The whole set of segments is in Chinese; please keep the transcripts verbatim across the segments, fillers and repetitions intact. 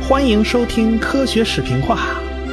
欢迎收听科学视频化。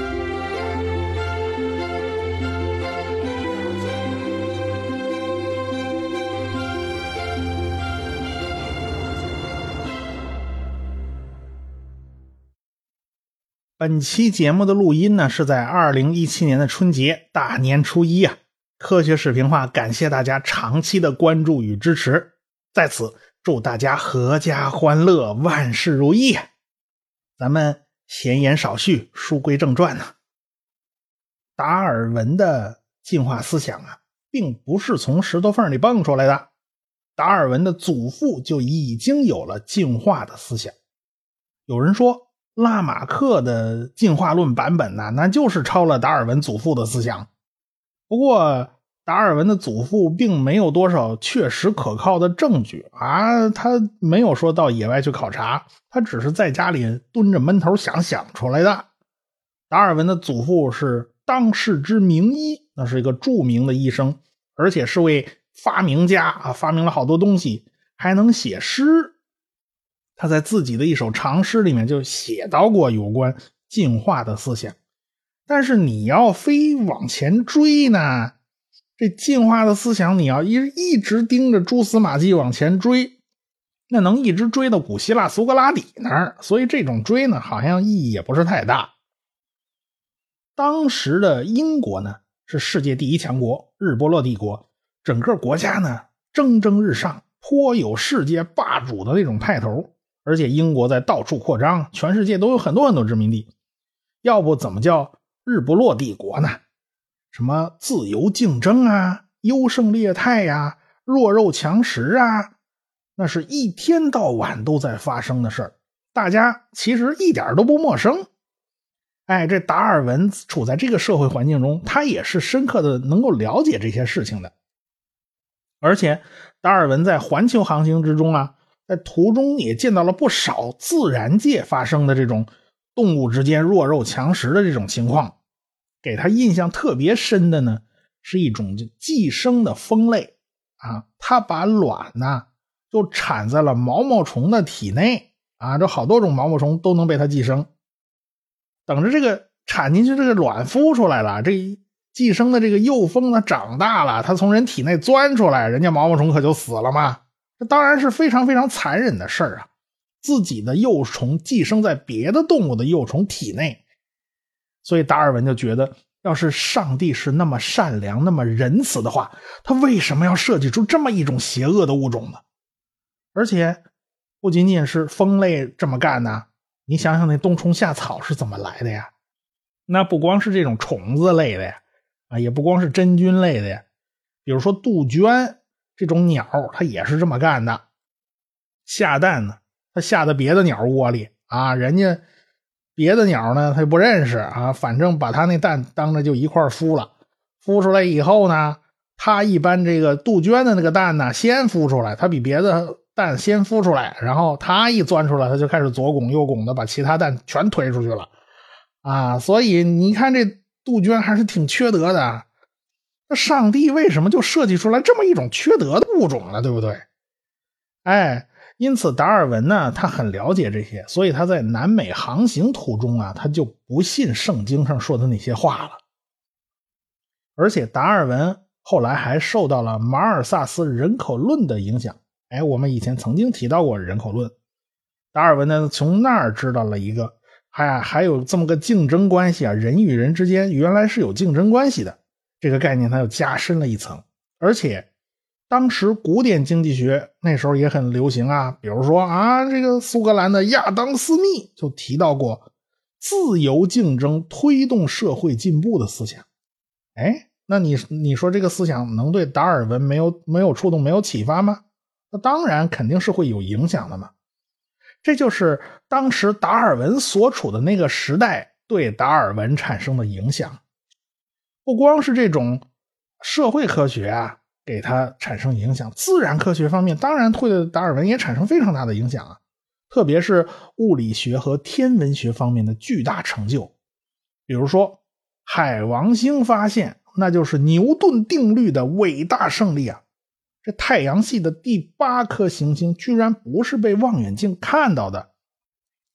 本期节目的录音呢，是在二零一七年的春节大年初一啊。科学视频化感谢大家长期的关注与支持，在此祝大家阖家欢乐，万事如意。咱们闲言少叙，书归正传呢。达尔文的进化思想啊，并不是从石头缝里蹦出来的。达尔文的祖父就已经有了进化的思想。有人说拉马克的进化论版本呢，那就是抄了达尔文祖父的思想。不过达尔文的祖父并没有多少确实可靠的证据啊，他没有说到野外去考察，他只是在家里蹲着闷头想想出来的。达尔文的祖父是当世之名医，那是一个著名的医生，而且是位发明家啊，发明了好多东西，还能写诗。他在自己的一首长诗里面就写到过有关进化的思想。但是你要非往前追呢，这进化的思想你要一一直盯着蛛丝马迹往前追，那能一直追到古希腊苏格拉底那儿，所以这种追呢好像意义也不是太大。当时的英国呢是世界第一强国，日不落帝国，整个国家呢蒸蒸日上，颇有世界霸主的那种派头，而且英国在到处扩张，全世界都有很多很多殖民地，要不怎么叫日不落帝国呢？什么自由竞争啊，优胜劣汰呀，弱肉强食啊，那是一天到晚都在发生的事儿，大家其实一点都不陌生。哎，这达尔文处在这个社会环境中，他也是深刻的能够了解这些事情的。而且达尔文在环球航行之中啊，在途中也见到了不少自然界发生的这种动物之间弱肉强食的这种情况。给他印象特别深的呢，是一种寄生的蜂类啊，他把卵呢就产在了毛毛虫的体内啊，这好多种毛毛虫都能被它寄生。等着这个产进去这个卵孵出来了，这寄生的这个幼蜂呢长大了，它从人体内钻出来，人家毛毛虫可就死了嘛。这当然是非常非常残忍的事儿啊，自己的幼虫寄生在别的动物的幼虫体内。所以达尔文就觉得，要是上帝是那么善良那么仁慈的话，他为什么要设计出这么一种邪恶的物种呢？而且不仅仅是蜂类这么干呢，你想想那冬虫夏草是怎么来的呀？那不光是这种虫子类的呀，啊，也不光是真菌类的呀，比如说杜鹃这种鸟，它也是这么干的。下蛋呢，它下到别的鸟窝里啊，人家别的鸟呢它不认识啊，反正把它那蛋当着就一块孵了。孵出来以后呢，它一般这个杜鹃的那个蛋呢先孵出来，它比别的蛋先孵出来，然后它一钻出来，它就开始左拱右拱的把其他蛋全推出去了啊。所以你看这杜鹃还是挺缺德的。那上帝为什么就设计出来这么一种缺德的物种呢？对不对？哎，因此达尔文呢他很了解这些，所以他在南美航行途中啊，他就不信圣经上说的那些话了。而且达尔文后来还受到了马尔萨斯人口论的影响。哎，我们以前曾经提到过人口论。达尔文呢从那儿知道了一个还还有这么个竞争关系啊，人与人之间原来是有竞争关系的，这个概念他又加深了一层。而且当时古典经济学那时候也很流行啊，比如说啊，这个苏格兰的亚当斯密就提到过自由竞争推动社会进步的思想。哎，那你你说这个思想能对达尔文没有没有触动没有启发吗？那当然肯定是会有影响的嘛。这就是当时达尔文所处的那个时代对达尔文产生的影响。不光是这种社会科学啊给他产生影响，自然科学方面当然对达尔文也产生非常大的影响啊，特别是物理学和天文学方面的巨大成就。比如说海王星发现，那就是牛顿定律的伟大胜利啊！这太阳系的第八颗行星居然不是被望远镜看到的，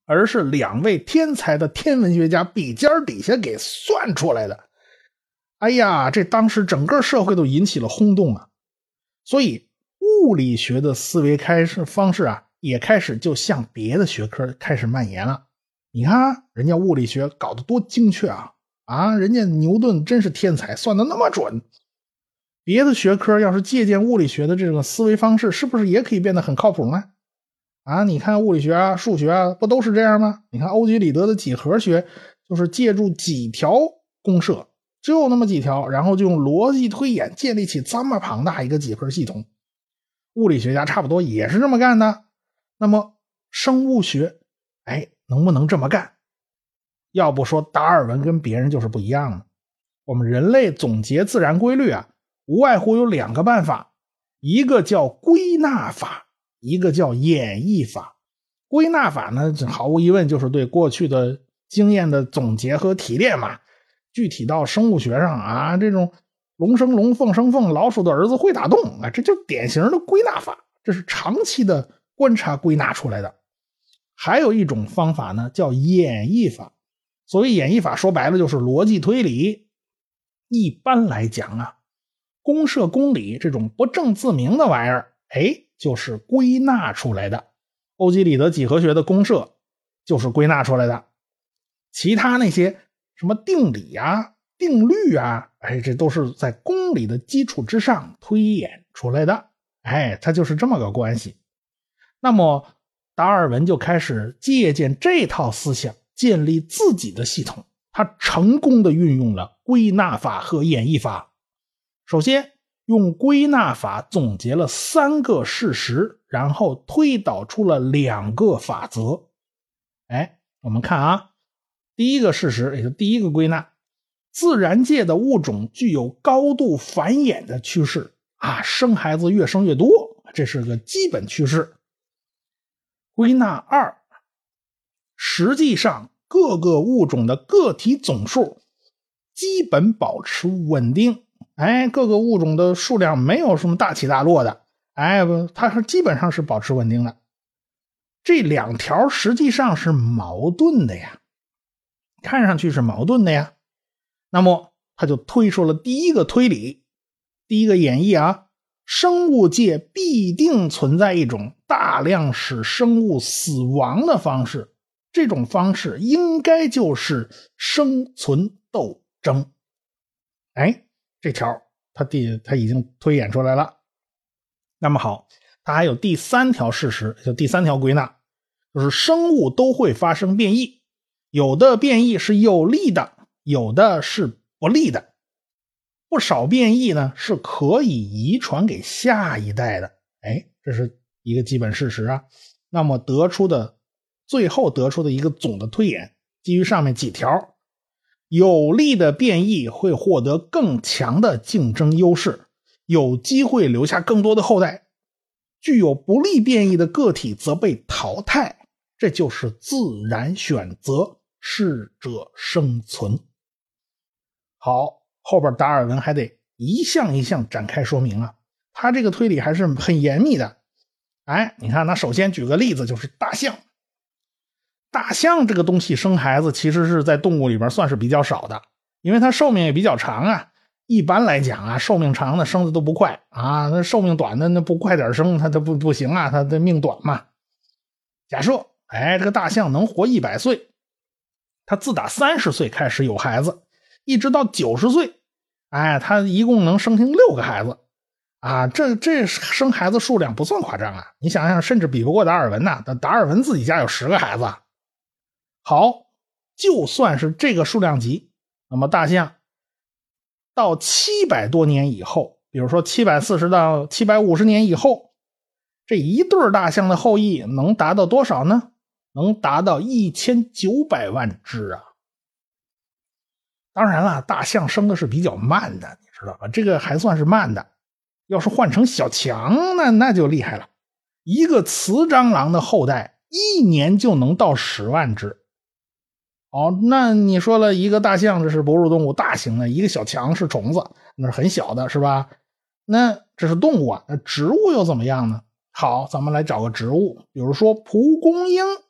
而是两位天才的天文学家笔尖底下给算出来的。哎呀，这当时整个社会都引起了轰动啊！所以物理学的思维开始方式啊，也开始就向别的学科开始蔓延了。你看人家物理学搞得多精确啊！啊，人家牛顿真是天才，算得那么准。别的学科要是借鉴物理学的这种思维方式，是不是也可以变得很靠谱呢？啊，你看物理学啊、数学啊，不都是这样吗？你看欧几里得的几何学，就是借助几条公设，只有那么几条，然后就用逻辑推演建立起这么庞大一个几何系统。物理学家差不多也是这么干的。那么生物学，哎，能不能这么干？要不说达尔文跟别人就是不一样的。我们人类总结自然规律啊，无外乎有两个办法，一个叫归纳法，一个叫演绎法。归纳法呢，毫无疑问就是对过去的经验的总结和提炼嘛。具体到生物学上啊，这种龙生龙，凤生凤，老鼠的儿子会打洞啊，这就典型的归纳法，这是长期的观察归纳出来的。还有一种方法呢，叫演绎法。所谓演绎法，说白了就是逻辑推理。一般来讲啊，公设公理这种不证自明的玩意儿，哎，就是归纳出来的。欧几里得几何学的公设就是归纳出来的。其他那些什么定理啊、定律啊，哎，这都是在公理的基础之上推演出来的。哎，它就是这么个关系。那么达尔文就开始借鉴这套思想，建立自己的系统。他成功的运用了归纳法和演绎法。首先用归纳法总结了三个事实，然后推导出了两个法则。哎，我们看啊，第一个事实，也就第一个归纳，自然界的物种具有高度繁衍的趋势啊，生孩子越生越多，这是个基本趋势。归纳二，实际上各个物种的个体总数基本保持稳定，哎，各个物种的数量没有什么大起大落的，哎，它是基本上是保持稳定的。这两条实际上是矛盾的呀，看上去是矛盾的呀。那么他就推出了第一个推理，第一个演绎啊，生物界必定存在一种大量使生物死亡的方式，这种方式应该就是生存斗争。哎，这条他第他已经推演出来了。那么好，他还有第三条事实，就第三条归纳，就是生物都会发生变异，有的变异是有利的，有的是不利的。不少变异呢是可以遗传给下一代的。哎，这是一个基本事实啊。那么得出的最后得出的一个总的推演，基于上面几条，有利的变异会获得更强的竞争优势，有机会留下更多的后代，具有不利变异的个体则被淘汰，这就是自然选择，适者生存。好，后边达尔文还得一项一项展开说明啊，他这个推理还是很严密的。哎，你看，那首先举个例子，就是大象。大象这个东西生孩子其实是在动物里边算是比较少的，因为它寿命也比较长啊。一般来讲啊，寿命长的生的都不快啊，那寿命短的那不快点生，它它不不行啊，它的命短嘛。假设，哎，这个大象能活一百岁，它自打三十岁开始有孩子，一直到九十岁，哎，它一共能生下六个孩子啊，这这生孩子数量不算夸张啊。你想想，甚至比不过达尔文呐，达尔文自己家有十个孩子。好，就算是这个数量级，那么大象到七百多年以后，比如说七百四十到七百五十年以后，这一对大象的后裔能达到多少呢？能达到一千九百万只啊！当然了，大象生的是比较慢的，你知道吧？这个还算是慢的。要是换成小强，那那就厉害了。一个雌蟑螂的后代一年就能到十万只。哦，那你说了，一个大象这是哺乳动物大型的，一个小强是虫子，那是很小的，是吧？那这是动物啊，那植物又怎么样呢？好，咱们来找个植物，比如说蒲公英。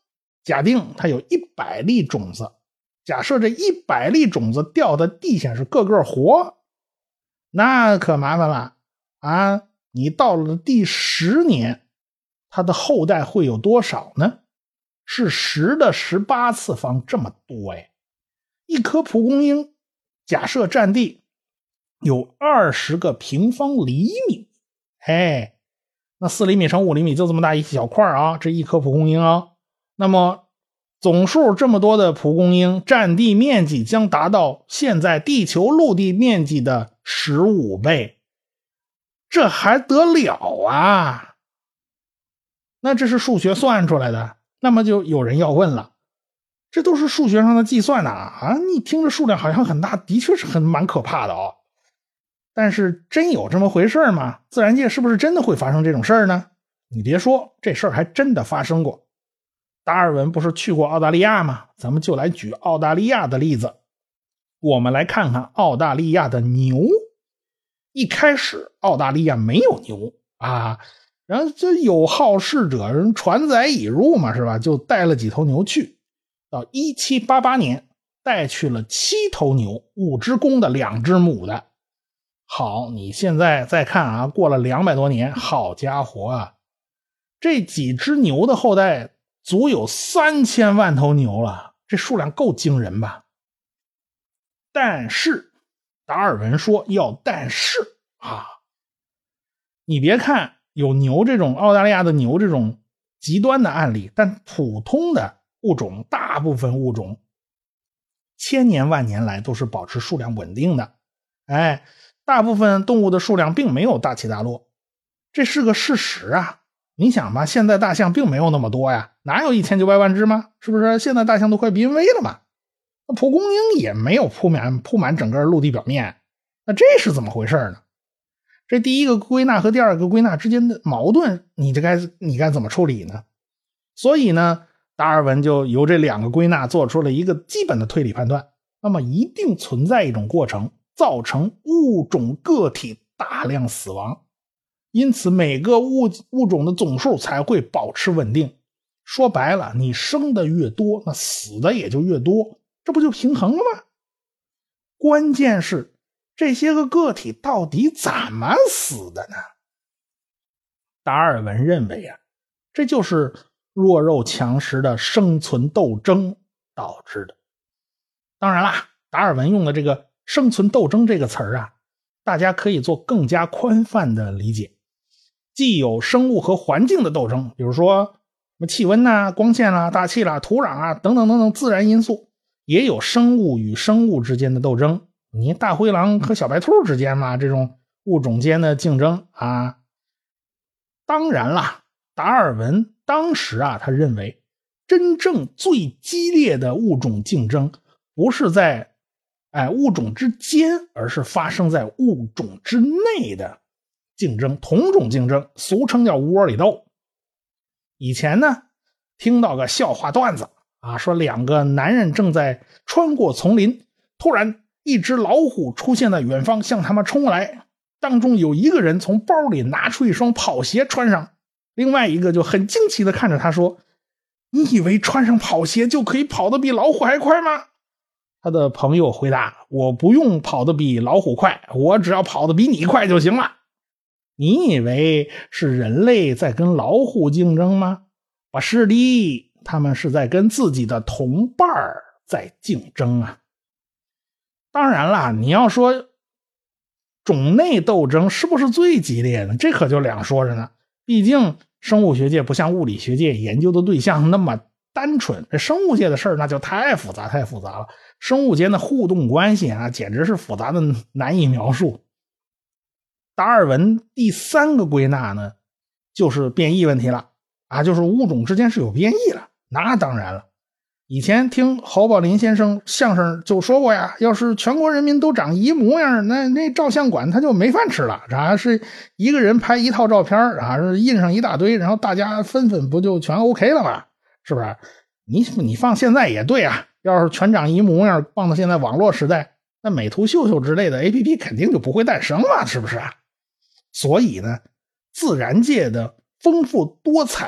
假定它有一百粒种子，假设这一百粒种子掉在地下是个个活，那可麻烦了啊！你到了第十年，它的后代会有多少呢？是十的十八次方，这么多哎！一颗蒲公英，假设占地有二十个平方厘米，嘿，那四厘米乘五厘米就这么大一小块啊，这一颗蒲公英啊。那么总数这么多的蒲公英，占地面积将达到现在地球陆地面积的十五倍，这还得了啊？那这是数学算出来的，那么就有人要问了，这都是数学上的计算呐啊！你听着数量好像很大，的确是很蛮可怕的哦。但是真有这么回事吗？自然界是不是真的会发生这种事儿呢？你别说，这事儿还真的发生过。达尔文不是去过澳大利亚吗？咱们就来举澳大利亚的例子。我们来看看澳大利亚的牛。一开始澳大利亚没有牛啊，然后这有好事者人传载已入嘛，是吧？就带了几头牛去。到一七八八年带去了七头牛，五只公的，两只母的。好，你现在再看啊，过了两百多年，好家伙啊，这几只牛的后代足有三千万头牛了，这数量够惊人吧？但是达尔文说要但是啊，你别看有牛这种澳大利亚的牛这种极端的案例，但普通的物种，大部分物种千年万年来都是保持数量稳定的。哎，大部分动物的数量并没有大起大落，这是个事实啊。你想吧，现在大象并没有那么多呀，哪有一千九百万只吗？是不是？现在大象都快濒危了嘛。那蒲公英也没有铺满铺满整个陆地表面，那这是怎么回事呢？这第一个归纳和第二个归纳之间的矛盾，你这该你该怎么处理呢？所以呢，达尔文就由这两个归纳做出了一个基本的推理判断，那么一定存在一种过程，造成物种个体大量死亡，因此每个物物种的总数才会保持稳定。说白了，你生的越多，那死的也就越多，这不就平衡了吗？关键是这些个个体到底怎么死的呢？达尔文认为啊，这就是弱肉强食的生存斗争导致的。当然啦，达尔文用的这个生存斗争这个词儿啊，大家可以做更加宽泛的理解，既有生物和环境的斗争，比如说气温啊、光线啊、大气啦、土壤啊等等等等自然因素，也有生物与生物之间的斗争，你大灰狼和小白兔之间嘛，这种物种间的竞争啊。当然啦，达尔文当时啊，他认为真正最激烈的物种竞争不是在哎物种之间，而是发生在物种之内的竞争，同种竞争，俗称叫窝里斗。以前呢，听到个笑话段子啊，说两个男人正在穿过丛林，突然一只老虎出现在远方，向他们冲来。当中有一个人从包里拿出一双跑鞋穿上，另外一个就很惊奇地看着他说：“你以为穿上跑鞋就可以跑得比老虎还快吗？”他的朋友回答：“我不用跑得比老虎快，我只要跑得比你快就行了。”你以为是人类在跟老虎竞争吗？不是的，他们是在跟自己的同伴在竞争啊。当然了，你要说种内斗争是不是最激烈的，这可就两说着呢。毕竟生物学界不像物理学界研究的对象那么单纯，这生物界的事儿那就太复杂太复杂了，生物间的互动关系啊，简直是复杂的难以描述。达尔文第三个归纳呢，就是变异问题了啊，就是物种之间是有变异了。那当然了，以前听侯宝林先生相声就说过呀，要是全国人民都长一模样，那那照相馆他就没饭吃了。然是一个人拍一套照片啊，印上一大堆，然后大家分分不就全 OK 了吗？是不是？你你放现在也对啊，要是全长一模样，放到现在网络时代，那美图秀秀之类的 A P P 肯定就不会诞生了，是不是啊？所以呢，自然界的丰富多彩啊，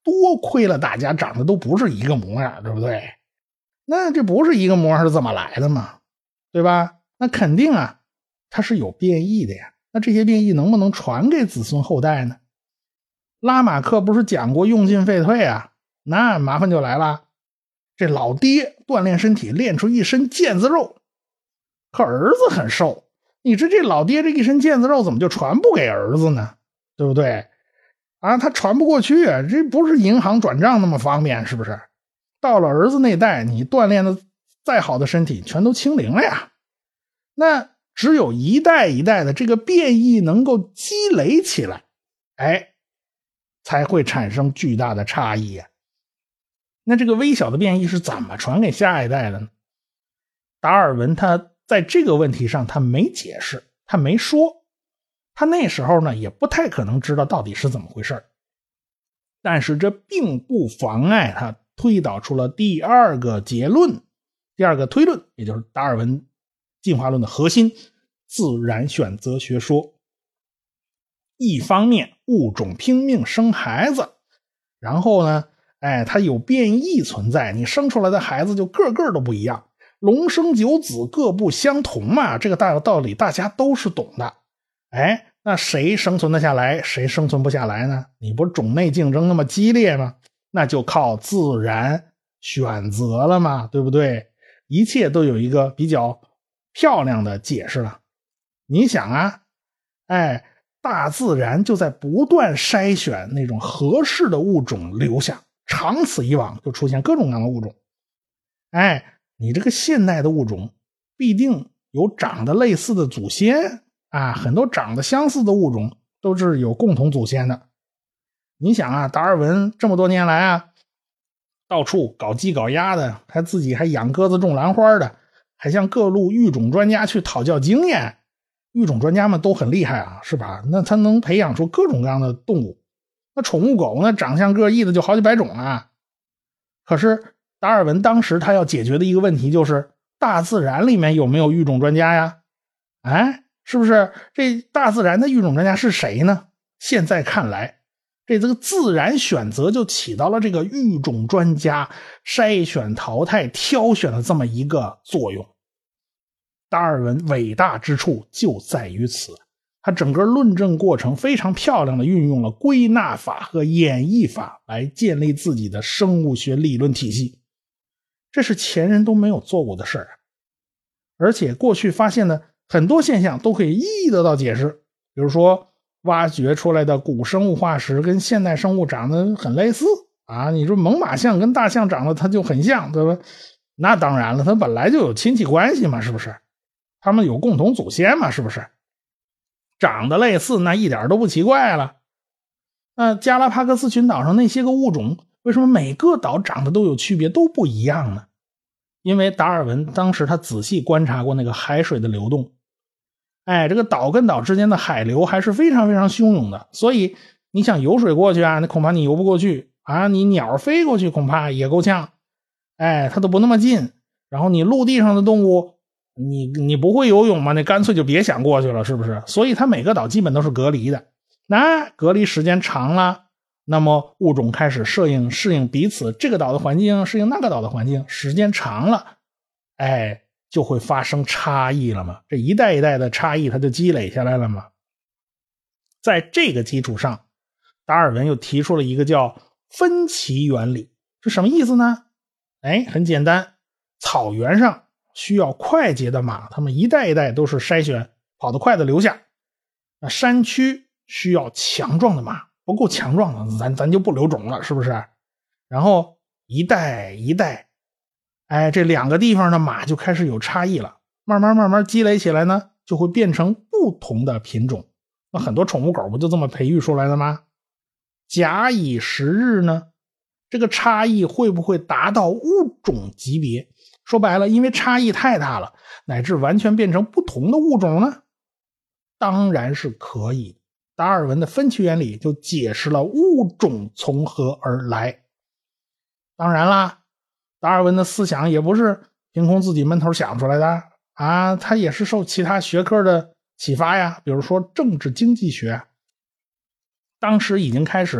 多亏了大家长得都不是一个模样，对不对？那这不是一个模样是怎么来的嘛？对吧？那肯定啊，它是有变异的呀。那这些变异能不能传给子孙后代呢？拉马克不是讲过用进废退啊？那麻烦就来了。这老爹锻炼身体练出一身腱子肉，可儿子很瘦，你这这老爹这一身腱子肉怎么就传不给儿子呢？对不对？啊，他传不过去啊，这不是银行转账那么方便，是不是？到了儿子那代，你锻炼的再好的身体全都清零了呀。那只有一代一代的这个变异能够积累起来，哎，才会产生巨大的差异呀。那这个微小的变异是怎么传给下一代的呢？达尔文他在这个问题上他没解释，他没说，他那时候呢也不太可能知道到底是怎么回事。但是这并不妨碍他推导出了第二个结论，第二个推论，也就是达尔文进化论的核心，自然选择学说。一方面物种拼命生孩子，然后呢哎，它有变异存在，你生出来的孩子就个个都不一样，龙生九子各不相同嘛，这个大道理大家都是懂的。哎，那谁生存得下来，谁生存不下来呢？你不是种内竞争那么激烈吗？那就靠自然选择了嘛，对不对？一切都有一个比较漂亮的解释了。你想啊，哎，大自然就在不断筛选那种合适的物种留下，长此以往就出现各种各样的物种。哎，你这个现代的物种必定有长得类似的祖先啊，很多长得相似的物种都是有共同祖先的。你想啊，达尔文这么多年来啊，到处搞鸡搞鸭的，他自己还养鸽子种兰花的，还向各路育种专家去讨教经验。育种专家们都很厉害啊，是吧？那他能培养出各种各样的动物。那宠物狗呢，长相各异的就好几百种啊。可是达尔文当时他要解决的一个问题就是，大自然里面有没有育种专家呀？哎，是不是这大自然的育种专家是谁呢？现在看来，这这个自然选择就起到了这个育种专家筛选淘汰挑选的这么一个作用。达尔文伟大之处就在于此，他整个论证过程非常漂亮的运用了归纳法和演绎法来建立自己的生物学理论体系，这是前人都没有做过的事儿。而且过去发现的很多现象都可以一一得到解释，比如说挖掘出来的古生物化石跟现代生物长得很类似啊，你说猛犸象跟大象长得它就很像，对吧？那当然了，它本来就有亲戚关系嘛，是不是？他们有共同祖先嘛，是不是？长得类似那一点都不奇怪了。那加拉帕戈斯群岛上那些个物种，为什么每个岛长得都有区别，都不一样呢？因为达尔文当时他仔细观察过那个海水的流动，哎，这个岛跟岛之间的海流还是非常非常汹涌的，所以你想游水过去啊，那恐怕你游不过去啊，你鸟飞过去恐怕也够呛，哎，它都不那么近。然后你陆地上的动物，你你不会游泳吗？那干脆就别想过去了，是不是？所以它每个岛基本都是隔离的。那隔离时间长了，那么物种开始适应适应彼此，这个岛的环境适应那个岛的环境，时间长了，哎，就会发生差异了嘛。这一代一代的差异它就积累下来了嘛。在这个基础上，达尔文又提出了一个叫分歧原理，是什么意思呢？哎，很简单，草原上需要快捷的马，他们一代一代都是筛选跑得快的留下。那山区需要强壮的马，不够强壮的咱咱就不留种了，是不是？然后一代一代，哎，这两个地方的马就开始有差异了，慢慢慢慢积累起来呢，就会变成不同的品种。那很多宠物狗不就这么培育出来的吗？假以时日呢，这个差异会不会达到物种级别？说白了，因为差异太大了，乃至完全变成不同的物种呢？当然是可以。达尔文的分歧原理就解释了物种从何而来。当然啦，达尔文的思想也不是凭空自己闷头想出来的啊，他也是受其他学科的启发呀，比如说政治经济学。当时已经开始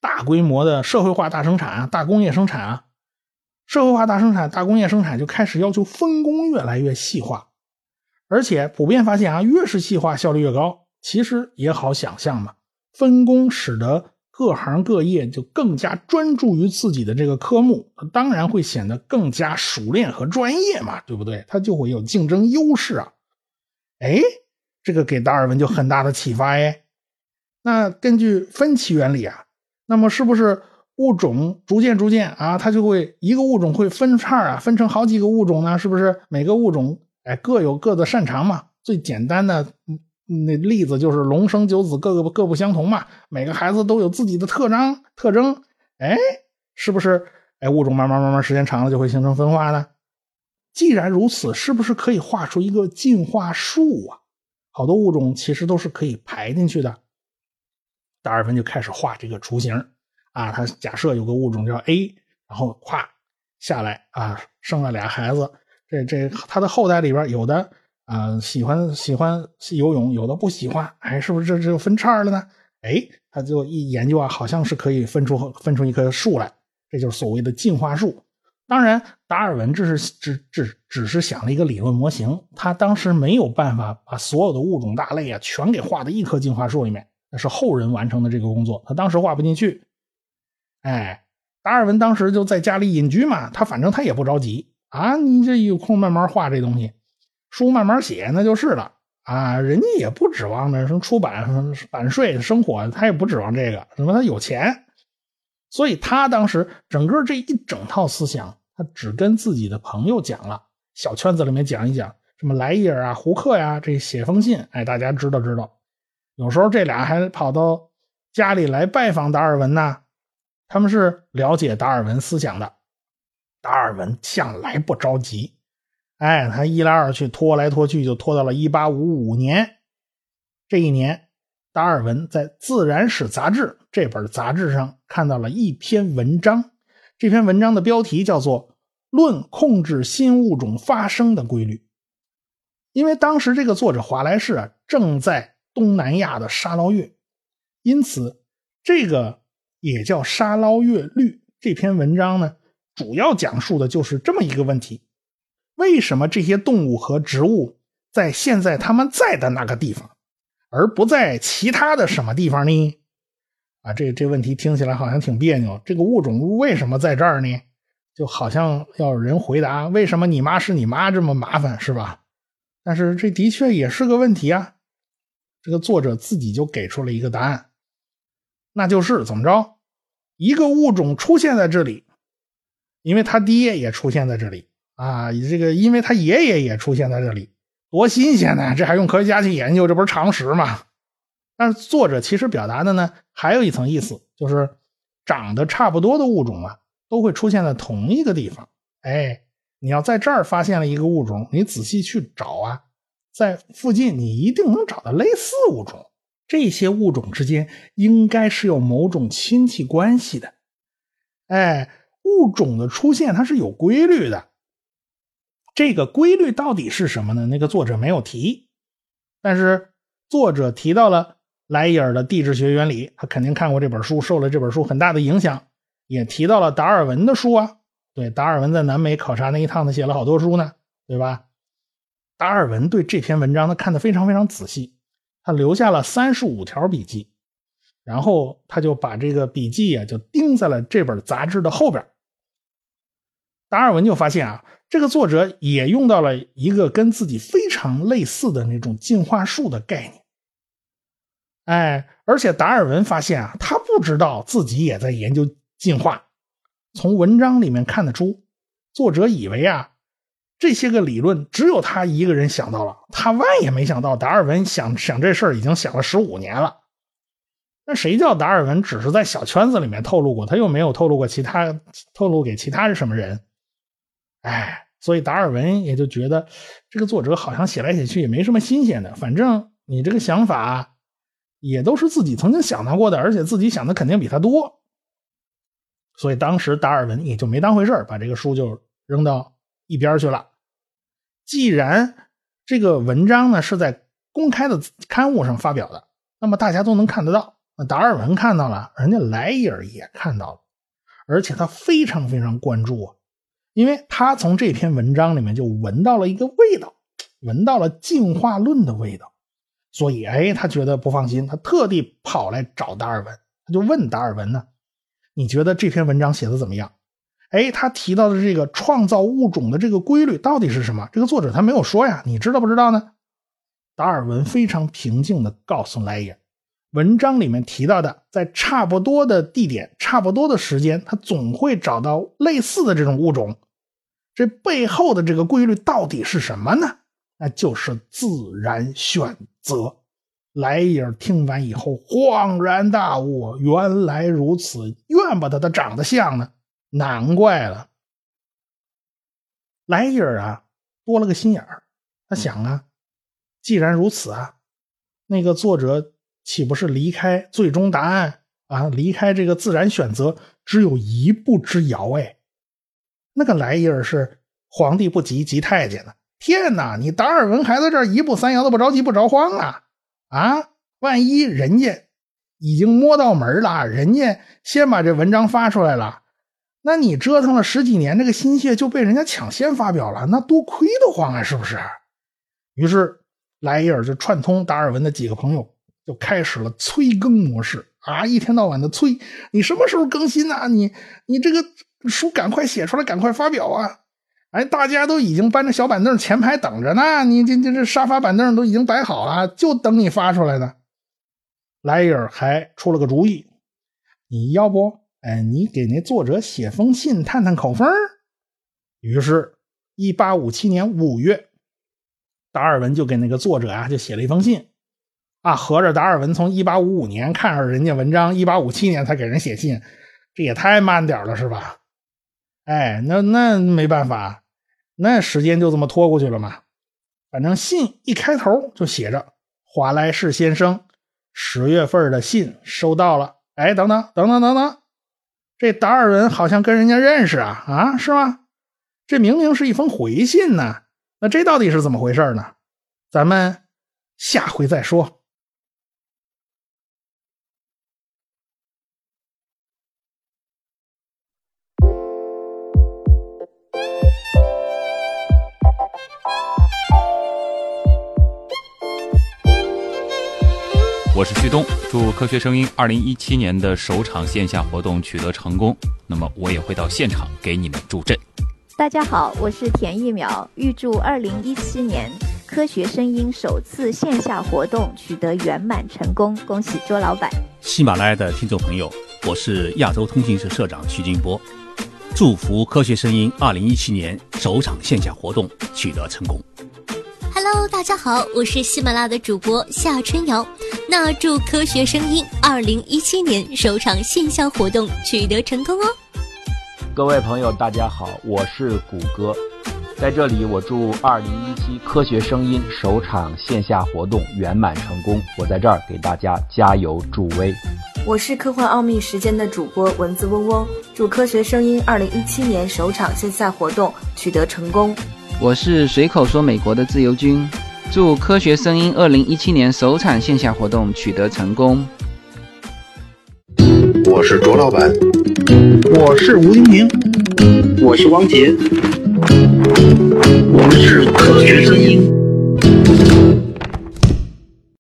大规模的社会化大生产啊，大工业生产啊，社会化大生产、大工业生产就开始要求分工越来越细化，而且普遍发现啊，越是细化效率越高。其实也好想象嘛，分工使得各行各业就更加专注于自己的这个科目，当然会显得更加熟练和专业嘛，对不对？它就会有竞争优势啊。哎，这个给达尔文就很大的启发哎。那根据分歧原理啊，那么是不是物种逐渐逐渐啊，它就会一个物种会分叉啊，分成好几个物种呢？是不是每个物种哎各有各的擅长嘛？最简单的那例子就是龙生九子，各个各不相同嘛，每个孩子都有自己的特征特征，哎，是不是哎物种慢慢慢慢时间长了就会形成分化呢？既然如此，是不是可以画出一个进化树啊？好多物种其实都是可以排进去的。达尔文就开始画这个雏形啊，他假设有个物种叫 A， 然后咵下来啊，生了俩孩子，这这他的后代里边有的啊、呃，喜欢喜欢游泳，有的不喜欢，哎，是不是这就分叉了呢？哎，他就一研究啊，好像是可以分出分出一棵树来，这就是所谓的进化树。当然，达尔文这是只只只是想了一个理论模型，他当时没有办法把所有的物种大类啊全给画到一棵进化树里面，那是后人完成的这个工作，他当时画不进去。哎，达尔文当时就在家里隐居嘛，他反正他也不着急啊，你这有空慢慢画这东西。书慢慢写那就是了啊，人家也不指望着什么出版版税生活，他也不指望这个，什么他有钱，所以他当时整个这一整套思想，他只跟自己的朋友讲了，小圈子里面讲一讲，什么莱伊尔啊、胡克呀、啊，这写封信，哎，大家知道知道。有时候这俩还跑到家里来拜访达尔文呢，他们是了解达尔文思想的。达尔文向来不着急。哎，他一来二去拖来拖去就拖到了一八五五年。这一年，达尔文在《自然史》杂志这本杂志上看到了一篇文章，这篇文章的标题叫做《论控制新物种发生的规律》。因为当时这个作者华莱士啊正在东南亚的沙捞越，因此这个也叫沙捞越律。这篇文章呢，主要讲述的就是这么一个问题：为什么这些动物和植物在现在他们在的那个地方，而不在其他的什么地方呢？啊，这这问题听起来好像挺别扭。这个物种为什么在这儿呢？就好像要有人回答为什么你妈是你妈这么麻烦，是吧？但是这的确也是个问题啊。这个作者自己就给出了一个答案，那就是怎么着？一个物种出现在这里，因为他爹也出现在这里啊，这个因为他爷爷也出现在这里，多新鲜呢！这还用科学家去研究，这不是常识吗？但是作者其实表达的呢，还有一层意思，就是长得差不多的物种啊，都会出现在同一个地方。哎，你要在这儿发现了一个物种，你仔细去找啊，在附近你一定能找到类似物种。这些物种之间应该是有某种亲戚关系的。哎，物种的出现它是有规律的。这个规律到底是什么呢？那个作者没有提，但是作者提到了莱伊尔的地质学原理，他肯定看过这本书，受了这本书很大的影响，也提到了达尔文的书啊。对，达尔文在南美考察那一趟，他写了好多书呢，对吧？达尔文对这篇文章他看得非常非常仔细，他留下了三十五条笔记，然后他就把这个笔记啊就钉在了这本杂志的后边。达尔文就发现啊，这个作者也用到了一个跟自己非常类似的那种进化树的概念。哎，而且达尔文发现啊，他不知道自己也在研究进化。从文章里面看得出，作者以为啊，这些个理论只有他一个人想到了，他万也没想到达尔文想想这事儿已经想了十五年了。那谁叫达尔文只是在小圈子里面透露过，他又没有透露过其他透露给其他什么人。哎，所以达尔文也就觉得这个作者好像写来写去也没什么新鲜的，反正你这个想法也都是自己曾经想到过的，而且自己想的肯定比他多。所以当时达尔文也就没当回事，把这个书就扔到一边去了。既然这个文章呢是在公开的刊物上发表的，那么大家都能看得到， 达尔文看到了，人家莱伊尔也看到了，而且他非常非常关注啊，因为他从这篇文章里面就闻到了一个味道，闻到了进化论的味道，所以哎，他觉得不放心，他特地跑来找达尔文，他就问达尔文呢，你觉得这篇文章写的怎么样？哎，他提到的这个创造物种的这个规律到底是什么？这个作者他没有说呀，你知道不知道呢？达尔文非常平静地告诉莱伊尔，文章里面提到的，在差不多的地点、差不多的时间，他总会找到类似的这种物种。这背后的这个规律到底是什么呢？那就是自然选择。莱伊尔听完以后恍然大悟，原来如此，怨不得他长得像呢，难怪了。莱伊尔啊，多了个心眼儿，他想啊，既然如此啊，那个作者岂不是离开最终答案啊？离开这个自然选择只有一步之遥哎。那个莱伊尔是皇帝不急急太监呢，天哪，你达尔文还在这儿一步三摇的不着急不着慌啊啊！万一人家已经摸到门了，人家先把这文章发出来了，那你折腾了十几年，这个心血就被人家抢先发表了，那多亏得慌啊，是不是？于是莱伊尔就串通达尔文的几个朋友，就开始了催更模式啊，一天到晚的催，你什么时候更新啊？你你这个书赶快写出来，赶快发表啊！哎，大家都已经搬着小板凳前排等着呢，你这这这沙发板凳都已经摆好了，就等你发出来呢。莱伊尔还出了个主意，你要不，哎，你给那作者写封信探探口风。于是，一八五七年五月，达尔文就给那个作者啊就写了一封信。啊，合着达尔文从一八五五年看上人家文章，一八五七年才给人写信，这也太慢点了是吧？哎，那那没办法，那时间就这么拖过去了嘛。反正信一开头就写着华莱士先生十月份的信收到了。哎，等等等等等等，这达尔文好像跟人家认识啊啊，是吗？这明明是一封回信呢，那这到底是怎么回事呢？咱们下回再说。 我是旭东，祝科学声音二零一七年的首场线下活动取得成功，那么我也会到现场给你们助阵。 大家好，我是田一苗，预祝二零一七年科学声音首次线下活动取得圆满成功，恭喜周老板。 喜马拉雅的听众朋友，我是亚洲通信社社长徐金波，祝福科学声音二零一七年首场线下活动取得成功。 Hello， 大家好，我是喜马拉雅的主播夏春瑶。那祝科学声音二零一七年首场线下活动取得成功哦。 各位朋友，大家好，我是谷歌，在这里我祝二零一七科学声音首场线下活动圆满成功，我在这儿给大家加油助威。 我是科幻奥秘时间的主播蚊子嗡嗡，祝科学声音二零一七年首场线下活动取得成功。 我是随口说美国的自由军，祝科学声音二零一七年首场线下活动取得成功。 我是卓老板， 我是吴金平， 我是汪杰， 我们是科学声音。